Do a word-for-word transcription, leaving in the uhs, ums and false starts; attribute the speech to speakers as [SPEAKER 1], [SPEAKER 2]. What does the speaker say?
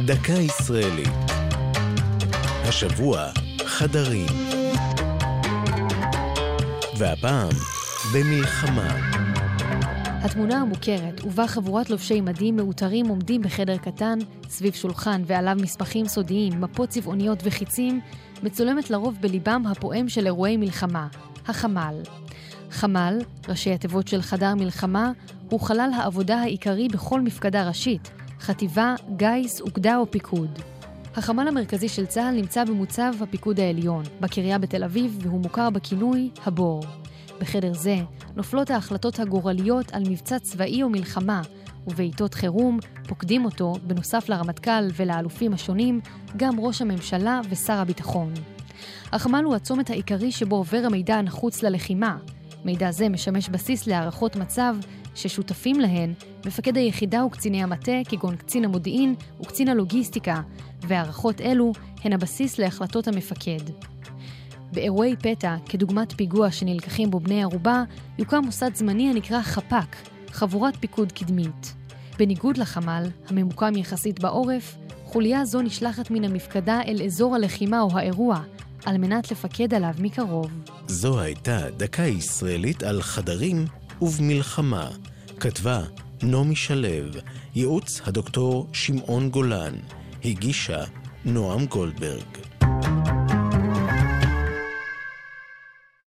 [SPEAKER 1] דקה ישראלית. השבוע חדרים. והפעם במלחמה.
[SPEAKER 2] התמונה המוכרת, ובה חבורת לובשי מדים מאותרים עומדים בחדר קטן, סביב שולחן ועליו מסמכים סודיים, מפות צבעוניות וחיצים, מצולמת לרוב בליבם הפועם של אירועי מלחמה, החמ"ל. חמ"ל, ראשי התיבות של חדר מלחמה, הוא חלל העבודה העיקרי בכל מפקדה ראשית, חטיבה, גייס, אוגדה או פיקוד. החמ"ל המרכזי של צה"ל נמצא במוצב הפיקוד העליון, בקריה בתל אביב, והוא מוכר בכינוי הבור. בחדר זה נופלות ההחלטות הגורליות על מבצע צבאי או מלחמה, ובעיתות חירום פוקדים אותו, בנוסף לרמטכ"ל ולאלופים השונים, גם ראש הממשלה ושר הביטחון. החמ"ל הוא הצומת העיקרי שבו עובר המידע הנחוץ ללחימה. מידע זה משמש בסיס להערכות מצב ששותפים להן מפקד היחידה וקציני המטה, כגון קצין המודיעין וקצין הלוגיסטיקה, והערכות אלו הן הבסיס להחלטות המפקד. באירועי פתע, כדוגמת פיגוע שנלקחים בו בני ערובה, יוקם מוסד זמני הנקרא חפ"ק, חבורת פיקוד קדמית. בניגוד לחמ"ל, הממוקם יחסית בעורף, חוליה זו נשלחת מן המפקדה אל אזור הלחימה או האירוע, על מנת לפקד עליו מקרוב.
[SPEAKER 1] זו הייתה דקה ישראלית על חדרים ובמלחמה. כתבה נעמי שלו, ייעוץ הדוקטור שמעון גולן, הגישה נועם גולדברג.